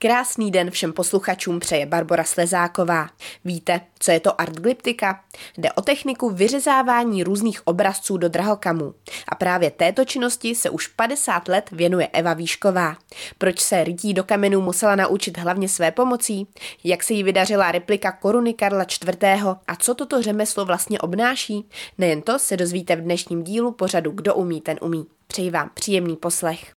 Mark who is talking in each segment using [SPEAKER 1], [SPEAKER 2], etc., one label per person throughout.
[SPEAKER 1] Krásný den všem posluchačům přeje Barbora Slezáková. Víte, co je to artglyptika? Jde o techniku vyřezávání různých obrazců do drahokamů. A právě této činnosti se už 50 let věnuje Eva Výšková. Proč se rytí do kamenů musela naučit hlavně své pomocí? Jak se jí vydařila replika koruny Karla IV. A co toto řemeslo vlastně obnáší? Nejen to se dozvíte v dnešním dílu pořadu Kdo umí, ten umí. Přeji vám příjemný poslech.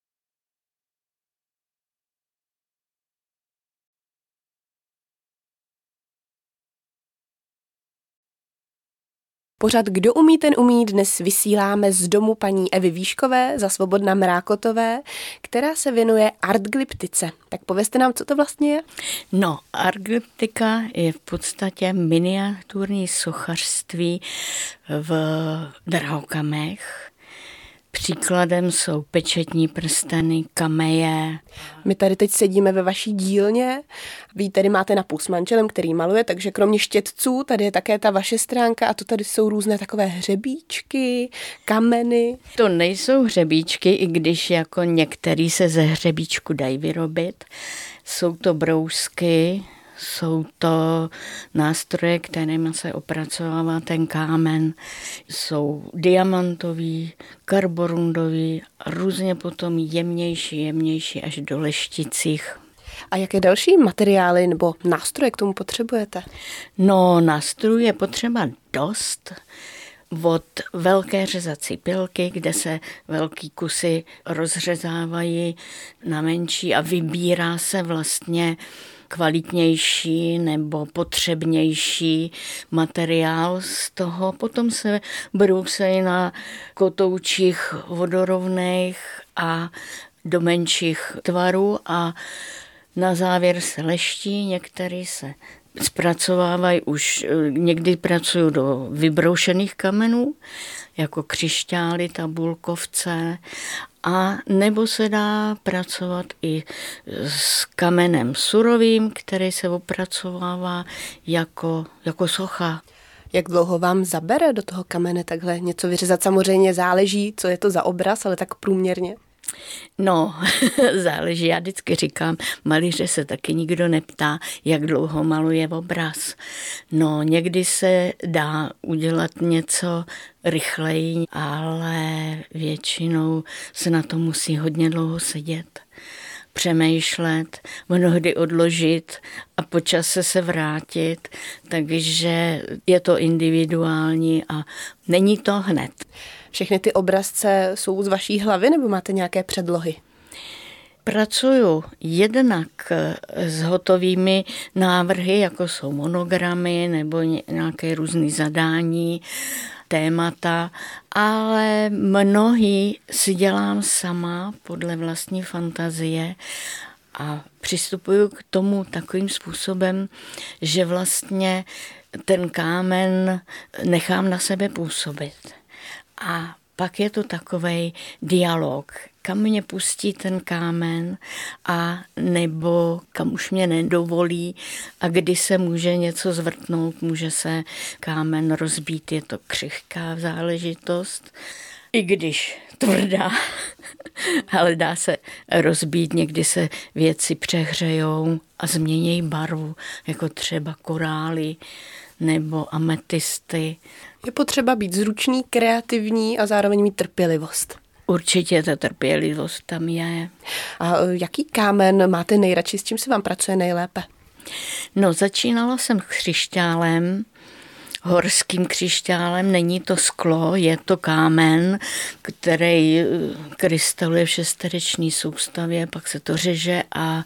[SPEAKER 1] Pořad Kdo umí, ten umí dnes vysíláme z domu paní Evy Výškové za Svobodna Mrákotové, která se věnuje artglyptice. Tak povězte nám, co to vlastně je?
[SPEAKER 2] No, artglyptika je v podstatě miniaturní sochařství v drahokamech. Příkladem jsou pečetní prsteny, kameje.
[SPEAKER 1] My tady teď sedíme ve vaší dílně. Vy tady máte napůl s manželem, který maluje, takže kromě štětců tady je také ta vaše stránka a to tady jsou různé takové hřebíčky, kameny.
[SPEAKER 2] To nejsou hřebíčky, i když jako některý se ze hřebíčku dají vyrobit. Jsou to brousky, jsou to nástroje, kterými se opracovává ten kámen. Jsou diamantový, karborundový, různě potom jemnější až do lešticích.
[SPEAKER 1] A jaké další materiály nebo nástroje k tomu potřebujete?
[SPEAKER 2] No, nástrojů je potřeba dost. Od velké řezací pilky, kde se velký kusy rozřezávají na menší a vybírá se vlastně kvalitnější nebo potřebnější materiál z toho. Potom se brousejí na kotoučích vodorovných a do menších tvarů a na závěr se leští, některý se zpracovávají už, někdy pracují do vybroušených kamenů, jako křišťály, tabulkovce, a nebo se dá pracovat i s kamenem surovým, který se opracovává jako socha.
[SPEAKER 1] Jak dlouho vám zabere do toho kamene takhle něco vyřezat? Samozřejmě záleží, co je to za obraz, ale tak průměrně.
[SPEAKER 2] No, záleží. Já vždycky říkám, malíře se taky nikdo neptá, jak dlouho maluje obraz. No, někdy se dá udělat něco rychleji, ale většinou se na to musí hodně dlouho sedět, přemýšlet, mnohdy odložit a po čase se vrátit, takže je to individuální a není to hned.
[SPEAKER 1] Všechny ty obrazce jsou z vaší hlavy nebo máte nějaké předlohy?
[SPEAKER 2] Pracuju jednak s hotovými návrhy, jako jsou monogramy nebo nějaké různé zadání, témata, ale mnohý si dělám sama podle vlastní fantazie a přistupuju k tomu takovým způsobem, že vlastně ten kámen nechám na sebe působit. A pak je to takovej dialog, kam mě pustí ten kámen a nebo kam už mě nedovolí a kdy se může něco zvrtnout, může se kámen rozbít, je to křehká záležitost, i když tvrdá, ale dá se rozbít, někdy se věci přehřejou a změní barvu, jako třeba korály nebo ametisty.
[SPEAKER 1] Je potřeba být zručný, kreativní a zároveň mít trpělivost.
[SPEAKER 2] Určitě ta trpělivost tam je.
[SPEAKER 1] A jaký kámen máte nejradši, s čím se vám pracuje nejlépe?
[SPEAKER 2] No, začínala jsem křišťálem, horským křišťálem, není to sklo, je to kámen, který krystaluje v šesterečné soustavě, pak se to řeže a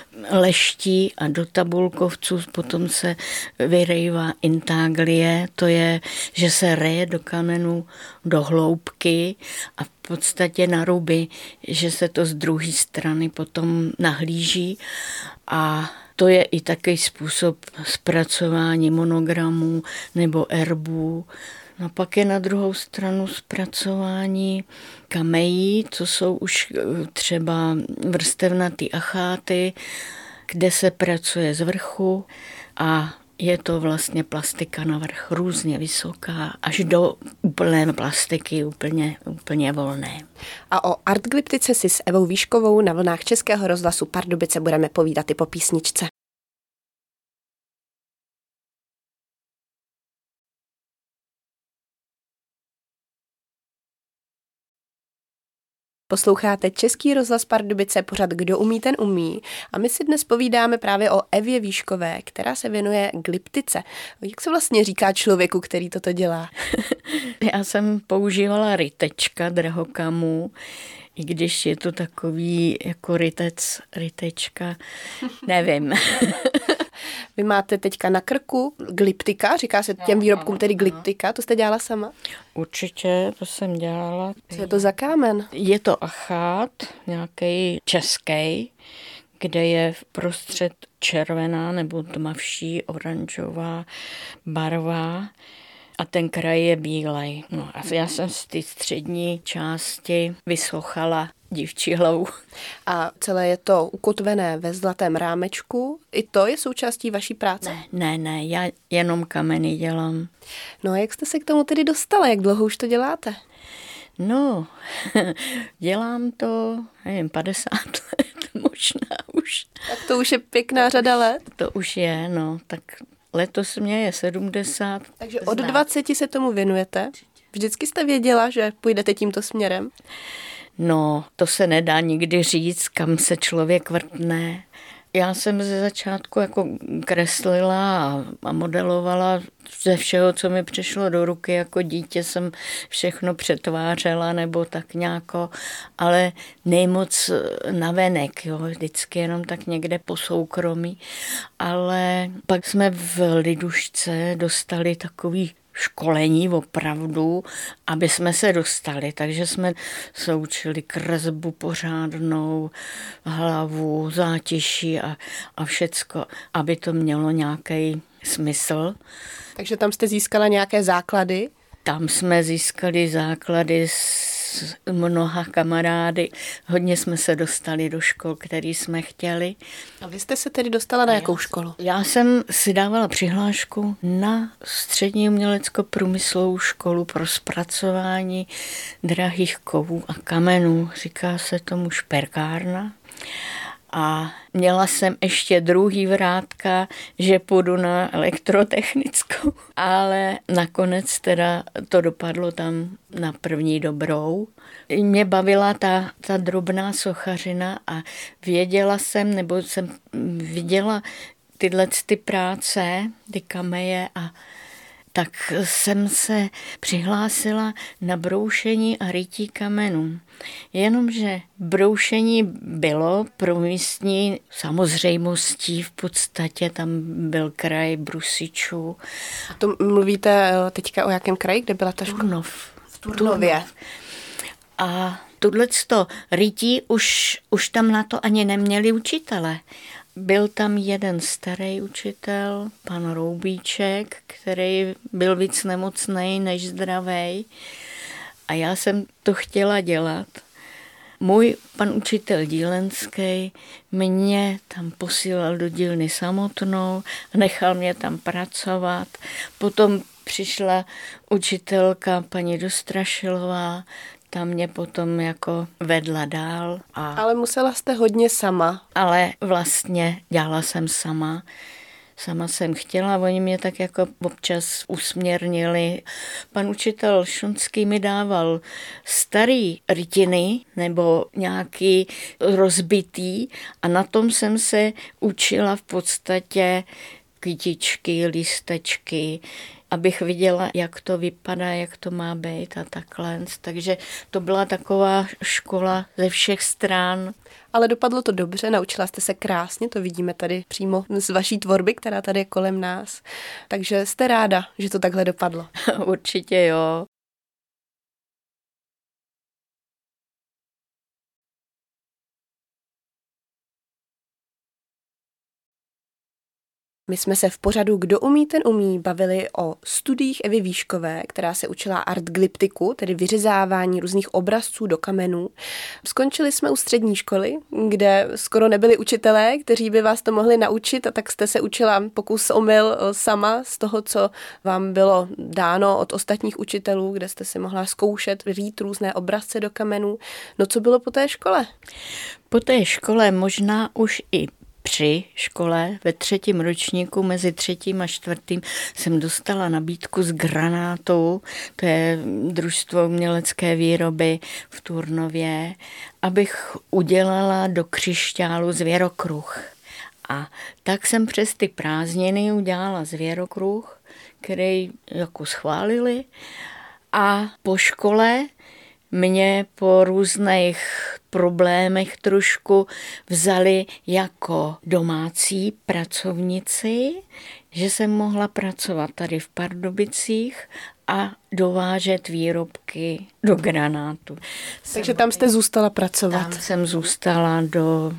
[SPEAKER 2] leští a do tabulkovců potom se vyrejvá intaglie, to je, že se reje do kamenu do hloubky a v podstatě na ruby, že se to z druhé strany potom nahlíží a to je i takový způsob zpracování monogramů nebo erbů. No pak je na druhou stranu zpracování kamejí, co jsou už třeba vrstevnatý acháty, kde se pracuje z vrchu a Je to vlastně plastika navrch různě vysoká, až do úplné plastiky, úplně volné.
[SPEAKER 1] A o artglyptice si s Evou Výškovou na vlnách Českého rozhlasu Pardubice budeme povídat i po písničce. Posloucháte Český rozhlas Pardubice, pořad Kdo umí, ten umí. A my si dnes povídáme právě o Evě Výškové, která se věnuje glyptice. Jak se vlastně říká člověku, který toto dělá?
[SPEAKER 2] Já jsem používala rytečka drahokamů, i když je to takový jako rytečka, nevím.
[SPEAKER 1] Vy máte teďka na krku glyptika, říká se těm výrobkům tedy glyptika, to jste dělala sama?
[SPEAKER 2] Určitě, to jsem dělala.
[SPEAKER 1] Co je to za kámen?
[SPEAKER 2] Je to achát, nějaký český, kde je vprostřed červená nebo tmavší oranžová barva a ten kraj je bílej. No a já jsem z té střední části vysochala dívčí hlavu.
[SPEAKER 1] A celé je to ukotvené ve zlatém rámečku. I to je součástí vaší práce?
[SPEAKER 2] Ne, já jenom kameny dělám.
[SPEAKER 1] No a jak jste se k tomu tedy dostala? Jak dlouho už to děláte?
[SPEAKER 2] No, dělám to, nevím, 50 let, možná už.
[SPEAKER 1] Tak to už je pěkná řada let.
[SPEAKER 2] To už je, no, tak letos mě je 70.
[SPEAKER 1] Takže od 20 se tomu věnujete? Vždycky jste věděla, že půjdete tímto směrem?
[SPEAKER 2] No, to se nedá nikdy říct, kam se člověk vrtne. Já jsem ze začátku jako kreslila a modelovala ze všeho, co mi přišlo do ruky. Jako dítě jsem všechno přetvářela nebo tak nějako, ale nejmoc navenek, jo, vždycky jenom tak někde po soukromí. Ale pak jsme v Lidušce dostali takový školení opravdu, aby jsme se dostali. Takže jsme se učili kresbu pořádnou, hlavu, zátiší a všecko, aby to mělo nějaký smysl.
[SPEAKER 1] Takže tam jste získala nějaké základy?
[SPEAKER 2] Tam jsme získali základy s mnoha kamarády. Hodně jsme se dostali do škol, který jsme chtěli.
[SPEAKER 1] A vy jste se tedy dostala na jakou školu?
[SPEAKER 2] Já jsem si dávala přihlášku na střední umělecko-průmyslovou školu pro zpracování drahých kovů a kamenů. Říká se tomu šperkárna. A měla jsem ještě druhý vrátka, že půjdu na elektrotechnickou, ale nakonec teda to dopadlo tam na první dobrou. Mě bavila ta drobná sochařina a věděla jsem, nebo jsem viděla tyhle ty práce, ty kameje a tak jsem se přihlásila na broušení a rytí kamenů. Jenomže broušení bylo pro místní samozřejmostí, v podstatě tam byl kraj Brusičů.
[SPEAKER 1] A to mluvíte teďka o jakém kraji, kde byla ta škola?
[SPEAKER 2] Turnov.
[SPEAKER 1] V Turnově.
[SPEAKER 2] A tohleto rytí už tam na to ani neměli učitele. Byl tam jeden starý učitel, pan Roubíček, který byl víc nemocnej než zdravej. A já jsem to chtěla dělat. Můj pan učitel Dílenský mě tam posílal do dílny samotnou, nechal mě tam pracovat. Potom přišla učitelka paní Dostrašilová, ta mě potom jako vedla dál.
[SPEAKER 1] Ale musela jste hodně sama.
[SPEAKER 2] Ale vlastně dělala jsem sama. Sama jsem chtěla, oni mě tak jako občas usměrnili. Pan učitel Šunský mi dával starý rytiny nebo nějaký rozbitý a na tom jsem se učila v podstatě kytičky, lístečky, abych viděla, jak to vypadá, jak to má být a takhle. Takže to byla taková škola ze všech stran.
[SPEAKER 1] Ale dopadlo to dobře, naučila jste se krásně, to vidíme tady přímo z vaší tvorby, která tady je kolem nás. Takže jste ráda, že to takhle dopadlo.
[SPEAKER 2] Určitě jo.
[SPEAKER 1] My jsme se v pořadu Kdo umí, ten umí bavili o studiích Evy Výškové, která se učila artglyptiku, tedy vyřezávání různých obrazců do kamenů. Skončili jsme u střední školy, kde skoro nebyli učitelé, kteří by vás to mohli naučit, a tak jste se učila pokus omyl sama z toho, co vám bylo dáno od ostatních učitelů, kde jste si mohla zkoušet rít různé obrazce do kamenů. No co bylo po té škole?
[SPEAKER 2] Po té škole možná už i při škole ve 3. ročníku mezi 3. a 4. jsem dostala nabídku z Granátu, to je družstvo umělecké výroby v Turnově, abych udělala do křišťálu zvěrokruh. A tak jsem přes ty prázdniny udělala zvěrokruh, který jako schválili, a po škole mě po různých problémech trošku vzali jako domácí pracovnici, že jsem mohla pracovat tady v Pardubicích a dovážet výrobky do Granátu.
[SPEAKER 1] Takže tam jste zůstala pracovat?
[SPEAKER 2] Tam jsem zůstala do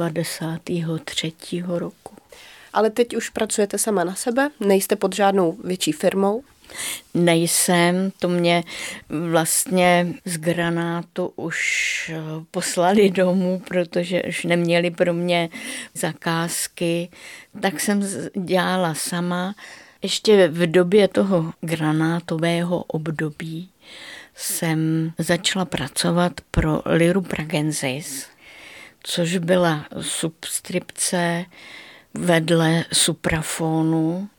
[SPEAKER 2] 93. roku.
[SPEAKER 1] Ale teď už pracujete sama na sebe? Nejste pod žádnou větší firmou?
[SPEAKER 2] Nejsem, to mě vlastně z Granátu už poslali domů, protože už neměli pro mě zakázky, tak jsem dělala sama. Ještě v době toho granátového období jsem začala pracovat pro Lyru Pragensis, což byla subskripce vedle Suprafonu.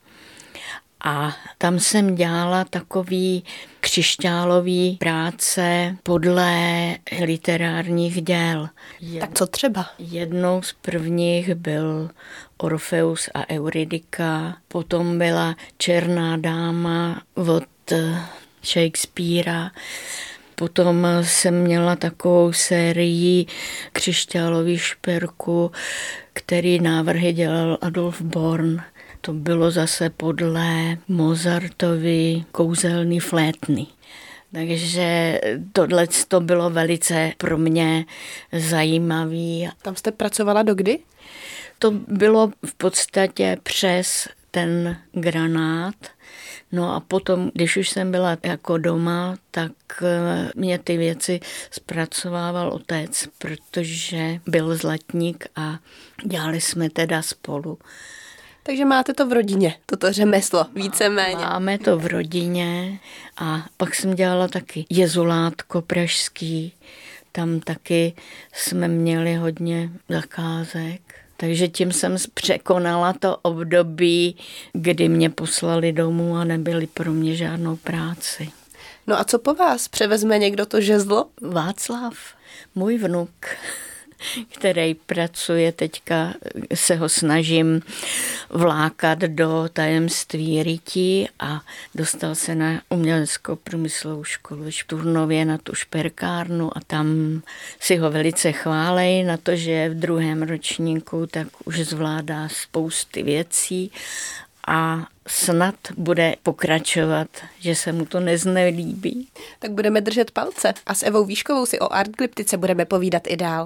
[SPEAKER 2] A tam jsem dělala takový křišťálový práce podle literárních děl.
[SPEAKER 1] Tak co třeba?
[SPEAKER 2] Jednou z prvních byl Orfeus a Eurydika, potom byla Černá dáma od Shakespearea, potom jsem měla takovou sérii křišťálových šperků, který návrhy dělal Adolf Born. To bylo zase podle Mozartovy kouzelný flétny. Takže tohle to bylo velice pro mě zajímavé.
[SPEAKER 1] Tam jste pracovala dokdy?
[SPEAKER 2] To bylo v podstatě přes ten Granát. No a potom, když už jsem byla jako doma, tak mě ty věci zpracovával otec, protože byl zlatník a dělali jsme teda spolu.
[SPEAKER 1] Takže máte to v rodině, toto řemeslo, víceméně.
[SPEAKER 2] Máme to v rodině a pak jsem dělala taky jezulátko pražský, tam taky jsme měli hodně zakázek. Takže tím jsem překonala to období, kdy mě poslali domů a nebyli pro mě žádnou práci.
[SPEAKER 1] No a co po vás? Převezme někdo to žezlo?
[SPEAKER 2] Václav, můj vnuk, který pracuje teďka, se ho snažím vlákat do tajemství rytí a dostal se na uměleckou průmyslovou školu v Turnově na tu šperkárnu a tam si ho velice chválej na to, že je v 2. ročníku, tak už zvládá spousty věcí a snad bude pokračovat, že se mu to neznelíbí.
[SPEAKER 1] Tak budeme držet palce a s Evou Výškovou si o artglyptice budeme povídat i dál.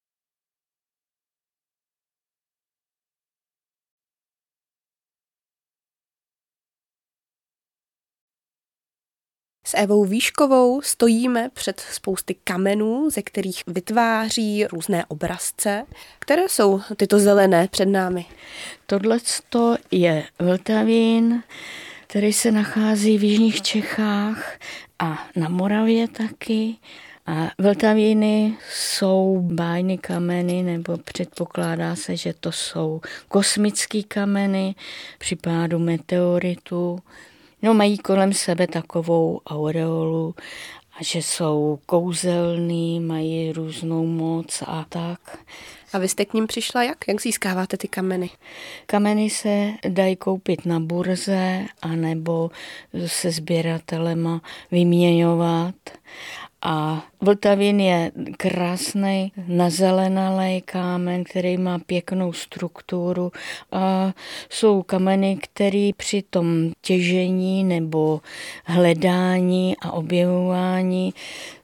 [SPEAKER 1] S Evou Výškovou stojíme před spousty kamenů, ze kterých vytváří různé obrazce. Které jsou tyto zelené před námi?
[SPEAKER 2] Tohle je Vltavín, který se nachází v jižních Čechách a na Moravě taky. A Vltavíny jsou bájný kameny, nebo předpokládá se, že to jsou kosmické kameny při pádu meteoritu. No, mají kolem sebe takovou aureolu a že jsou kouzelný, mají různou moc a tak.
[SPEAKER 1] A vy jste k ním přišla jak? Jak získáváte ty kameny?
[SPEAKER 2] Kameny se dají koupit na burze anebo se sběratelema vyměňovat. A Vltavín je krásný nazelenalý kámen, který má pěknou strukturu a jsou kameny, které při tom těžení nebo hledání a objevování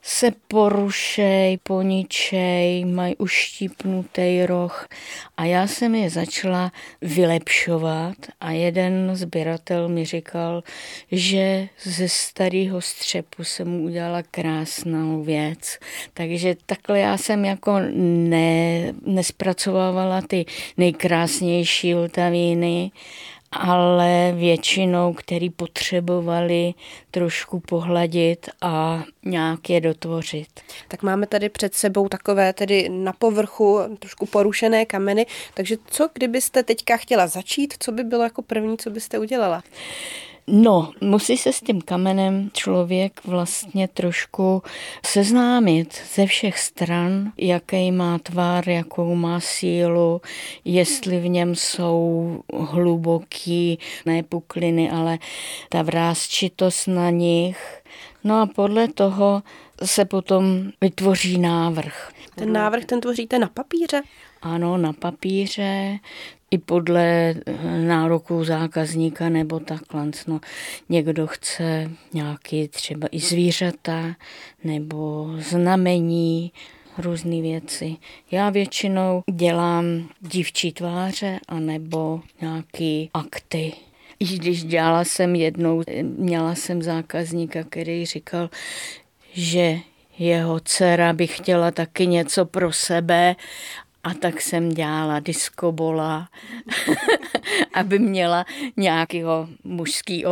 [SPEAKER 2] se porušej, poničej, mají uštípnutý roh a já jsem je začala vylepšovat a jeden sběratel mi říkal, že ze starého střepu jsem mu udělala krásnou věc. Takže takhle já jsem jako nespracovávala ty nejkrásnější vltavíny, ale většinou, který potřebovali trošku pohladit a nějak je dotvořit.
[SPEAKER 1] Tak máme tady před sebou takové tedy na povrchu trošku porušené kameny, takže co kdybyste teďka chtěla začít, co by bylo jako první, co byste udělala?
[SPEAKER 2] No, musí se s tím kamenem člověk vlastně trošku seznámit ze všech stran, jaký má tvar, jakou má sílu, jestli v něm jsou hluboký, ne pukliny, ale ta vrásčitost na nich. No a podle toho se potom vytvoří návrh.
[SPEAKER 1] Ten návrh ten tvoříte na papíře?
[SPEAKER 2] Ano, na papíře, i podle nároků zákazníka nebo takhle. No, někdo chce nějaký třeba i zvířata nebo znamení, různé věci. Já většinou dělám dívčí tváře anebo nějaký akty. I když dělala jsem jednou, měla jsem zákazníka, který říkal, že jeho dcera by chtěla taky něco pro sebe, a tak jsem dělala diskobola, aby měla nějakého mužského.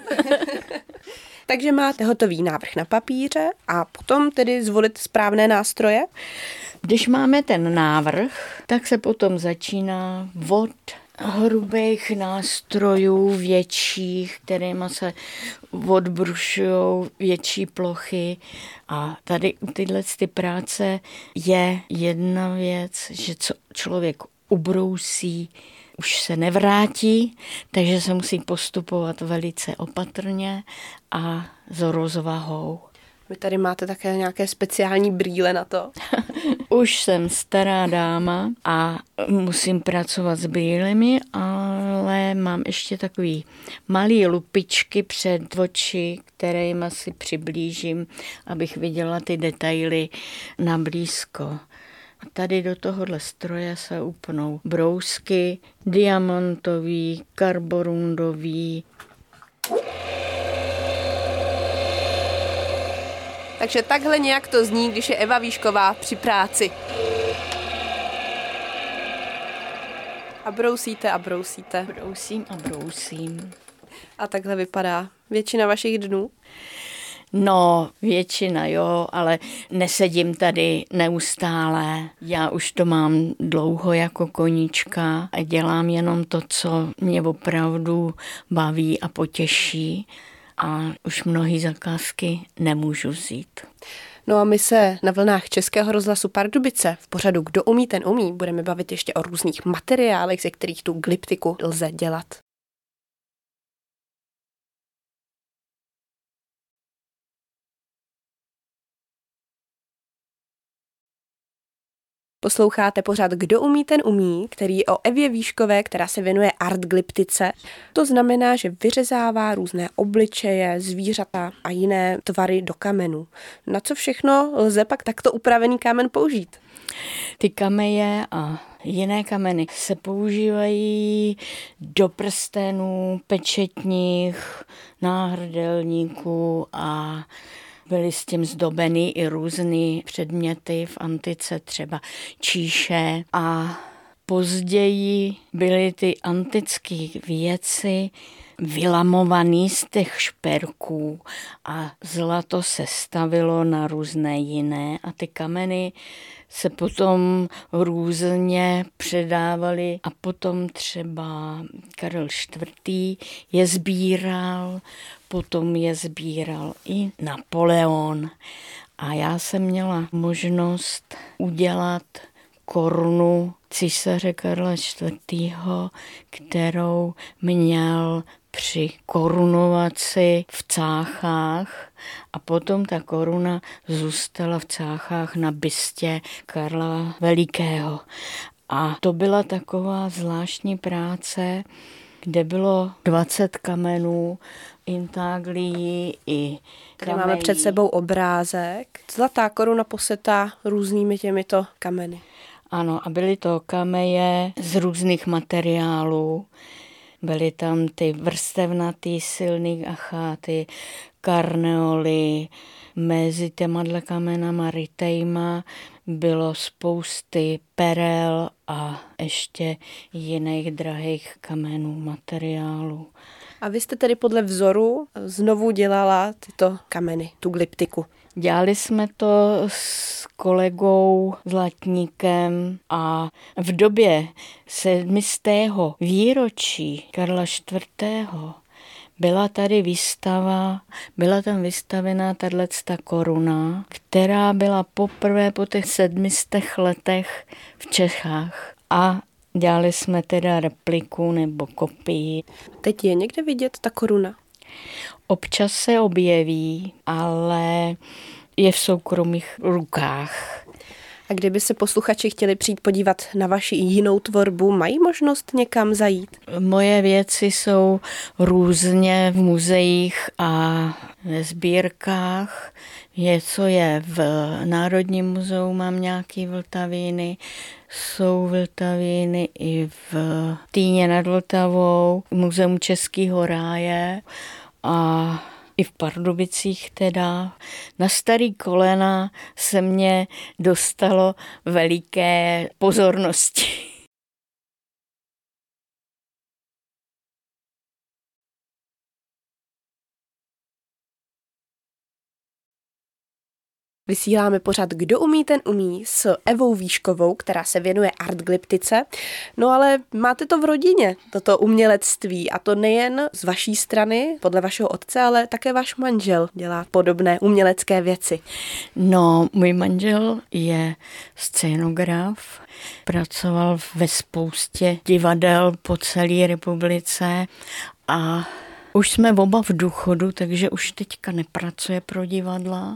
[SPEAKER 1] Takže máte hotový návrh na papíře a potom tedy zvolit správné nástroje?
[SPEAKER 2] Když máme ten návrh, tak se potom začíná od hrubých nástrojů větších, kterými se odbrušují větší plochy. A tady u tyhle práce je jedna věc, že co člověk ubrousí, už se nevrátí, takže se musí postupovat velice opatrně a s rozvahou.
[SPEAKER 1] Vy tady máte také nějaké speciální brýle na to?
[SPEAKER 2] Už jsem stará dáma a musím pracovat s brýlemi, ale mám ještě takový malý lupičky před oči, kterými si přiblížím, abych viděla ty detaily nablízko. A tady do tohohle stroje se upnou brousky, diamantový, karborundový.
[SPEAKER 1] Takže takhle nějak to zní, když je Eva Výšková při práci. A brousíte a brousíte.
[SPEAKER 2] Brousím a brousím.
[SPEAKER 1] A takhle vypadá většina vašich dnů?
[SPEAKER 2] No, většina jo, ale nesedím tady neustále. Já už to mám dlouho jako koníčka a dělám jenom to, co mě opravdu baví a potěší. A už mnohý zakázky nemůžu vzít.
[SPEAKER 1] No a my se na vlnách Českého rozhlasu Pardubice v pořadu Kdo umí, ten umí budeme bavit ještě o různých materiálech, ze kterých tu glyptiku lze dělat. Posloucháte pořad Kdo umí, ten umí, který je o Evě Výškové, která se věnuje artglyptice. To znamená, že vyřezává různé obličeje, zvířata a jiné tvary do kamenů. Na co všechno lze pak takto upravený kámen použít?
[SPEAKER 2] Ty kameje a jiné kameny se používají do prstenů, pečetních, náhrdelníků a byly s tím zdobeny i různé předměty v antice, třeba číše. A později byly ty antické věci vylamované z těch šperků a zlato se stavilo na různé jiné a ty kameny se potom různě předávaly a potom třeba Karel IV. Je sbíral, potom je sbíral i Napoleon. A já jsem měla možnost udělat korunu císaře Karla IV., kterou měl při korunovaci v Cáchách a potom ta koruna zůstala v Cáchách na bystě Karla Velikého. A to byla taková zvláštní práce, kde bylo 20 kamenů, intaglií i
[SPEAKER 1] Tady máme před sebou obrázek. Zlatá koruna posetá různými těmito kameny.
[SPEAKER 2] Ano, a byly to kameje z různých materiálů. Byly tam ty vrstevnatý silný acháty, karneoly, mezi těma kamenama rytejma bylo spousty perel a ještě jiných drahých kamenů, materiálů.
[SPEAKER 1] A vy jste tedy podle vzoru znovu dělala tyto kameny, tu glyptiku.
[SPEAKER 2] Dělali jsme to s kolegou Zlatníkem a v době 700. výročí Karla IV. Byla tady výstava, byla tam vystavená tato koruna, která byla poprvé po těch 700 letech v Čechách. A dělali jsme teda repliku nebo kopii.
[SPEAKER 1] Teď je někde vidět ta koruna?
[SPEAKER 2] Občas se objeví, ale je v soukromých rukách.
[SPEAKER 1] A kdyby se posluchači chtěli přijít podívat na vaši jinou tvorbu, mají možnost někam zajít?
[SPEAKER 2] Moje věci jsou různě v muzeích a ve sbírkách. Něco je v Národním muzeu, mám nějaký vltavíny. Jsou vltavíny i v Týně nad Vltavou, Muzeum Českého ráje a i v Pardubicích teda. Na starý kolena se mě dostalo veliké pozornosti.
[SPEAKER 1] Vysíláme pořad Kdo umí, ten umí s Evou Výškovou, která se věnuje artglyptice. No ale máte to v rodině, toto umělectví, a to nejen z vaší strany, podle vašeho otce, ale také váš manžel dělá podobné umělecké věci.
[SPEAKER 2] No, můj manžel je scénograf, pracoval ve spoustě divadel po celé republice a už jsme oba v důchodu, takže už teďka nepracuje pro divadla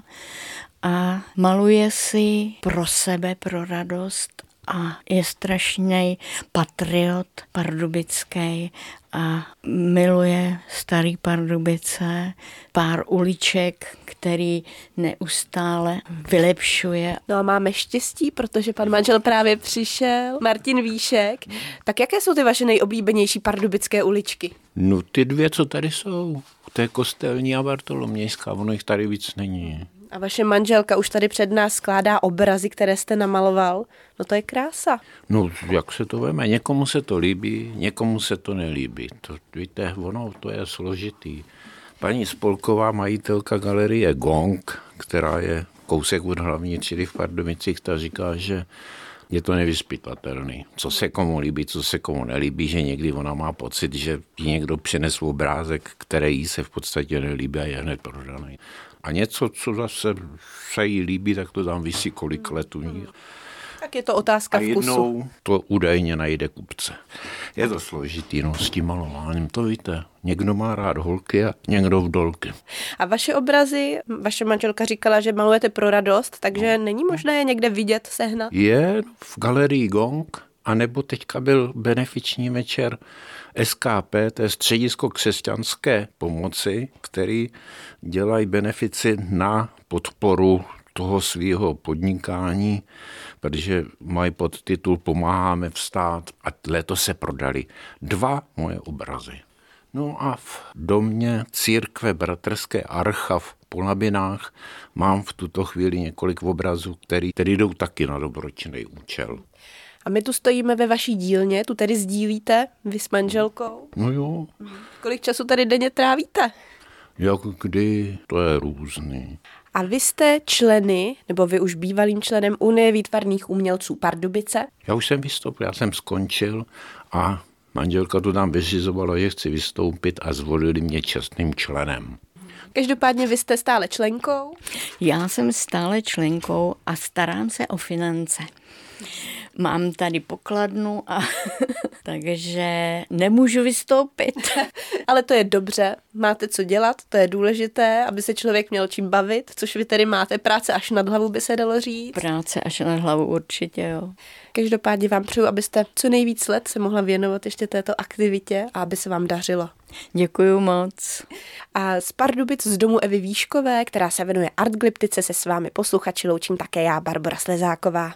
[SPEAKER 2] a maluje si pro sebe, pro radost a je strašný patriot pardubický a miluje starý Pardubice, pár uliček, který neustále vylepšuje.
[SPEAKER 1] No a máme štěstí, protože pan manžel právě přišel, Martin Výšek. Tak jaké jsou ty vaše nejoblíbenější pardubické uličky?
[SPEAKER 3] No ty dvě, co tady jsou. To je Kostelní a Bartolomějská, ono jich tady víc není.
[SPEAKER 1] A vaše manželka už tady před nás skládá obrazy, které jste namaloval. No to je krása.
[SPEAKER 3] No, jak se to veme? Někomu se to líbí, někomu se to nelíbí. To, víte, ono to je složitý. Paní Spolková, majitelka galerie Gong, která je kousek od hlavní třídy v Pardubicích, ta říká, že je to nevyzpytatelný. Co se komu líbí, co se komu nelíbí, že někdy ona má pocit, že jí někdo přinesl obrázek, který jí se v podstatě nelíbí a je hned prodaný. A něco, co zase se jí líbí, tak to tam visí kolik let u ní.
[SPEAKER 1] Tak je to otázka vkusu. A
[SPEAKER 3] jednou to údajně najde kupce. Je to složitý, no, s tím malováním, to víte. Někdo má rád holky a někdo vdolky.
[SPEAKER 1] A vaše obrazy, vaše manželka říkala, že malujete pro radost, takže není možné je někde vidět, sehnat?
[SPEAKER 3] Je v galerii Gong, anebo teďka byl benefiční večer SKP, to je Středisko křesťanské pomoci, který dělají benefici na podporu toho svého podnikání, protože mají podtitul Pomáháme vstát a letos se prodali 2 moje obrazy. No a v domě církve bratrské Archa v Polabinách mám v tuto chvíli několik obrazů, které jdou taky na dobročinný účel.
[SPEAKER 1] A my tu stojíme ve vaší dílně, tu tedy sdílíte vy s manželkou?
[SPEAKER 3] No jo.
[SPEAKER 1] Kolik času tady denně trávíte?
[SPEAKER 3] Jak kdy, to je různý.
[SPEAKER 1] A vy jste členy, nebo vy už bývalým členem Unie výtvarných umělců Pardubice?
[SPEAKER 3] Já už jsem vystoupil, já jsem skončil a manželka to tam vyřizovala, že chci vystoupit a zvolili mě čestným členem.
[SPEAKER 1] Každopádně vy jste stále členkou?
[SPEAKER 2] Já jsem stále členkou a starám se o finance. Mám tady pokladnu a takže nemůžu vystoupit.
[SPEAKER 1] Ale to je dobře, máte co dělat, to je důležité, aby se člověk měl čím bavit, což vy tedy máte, práce až nad hlavu by se dalo říct.
[SPEAKER 2] Práce až nad hlavu určitě, jo.
[SPEAKER 1] Každopádně vám přeju, abyste co nejvíc let se mohla věnovat ještě této aktivitě a aby se vám dařilo.
[SPEAKER 2] Děkuju moc.
[SPEAKER 1] A z Pardubic z domu Evy Výškové, která se věnuje artglyptice, se s vámi posluchači loučím také já, Barbora Slezáková.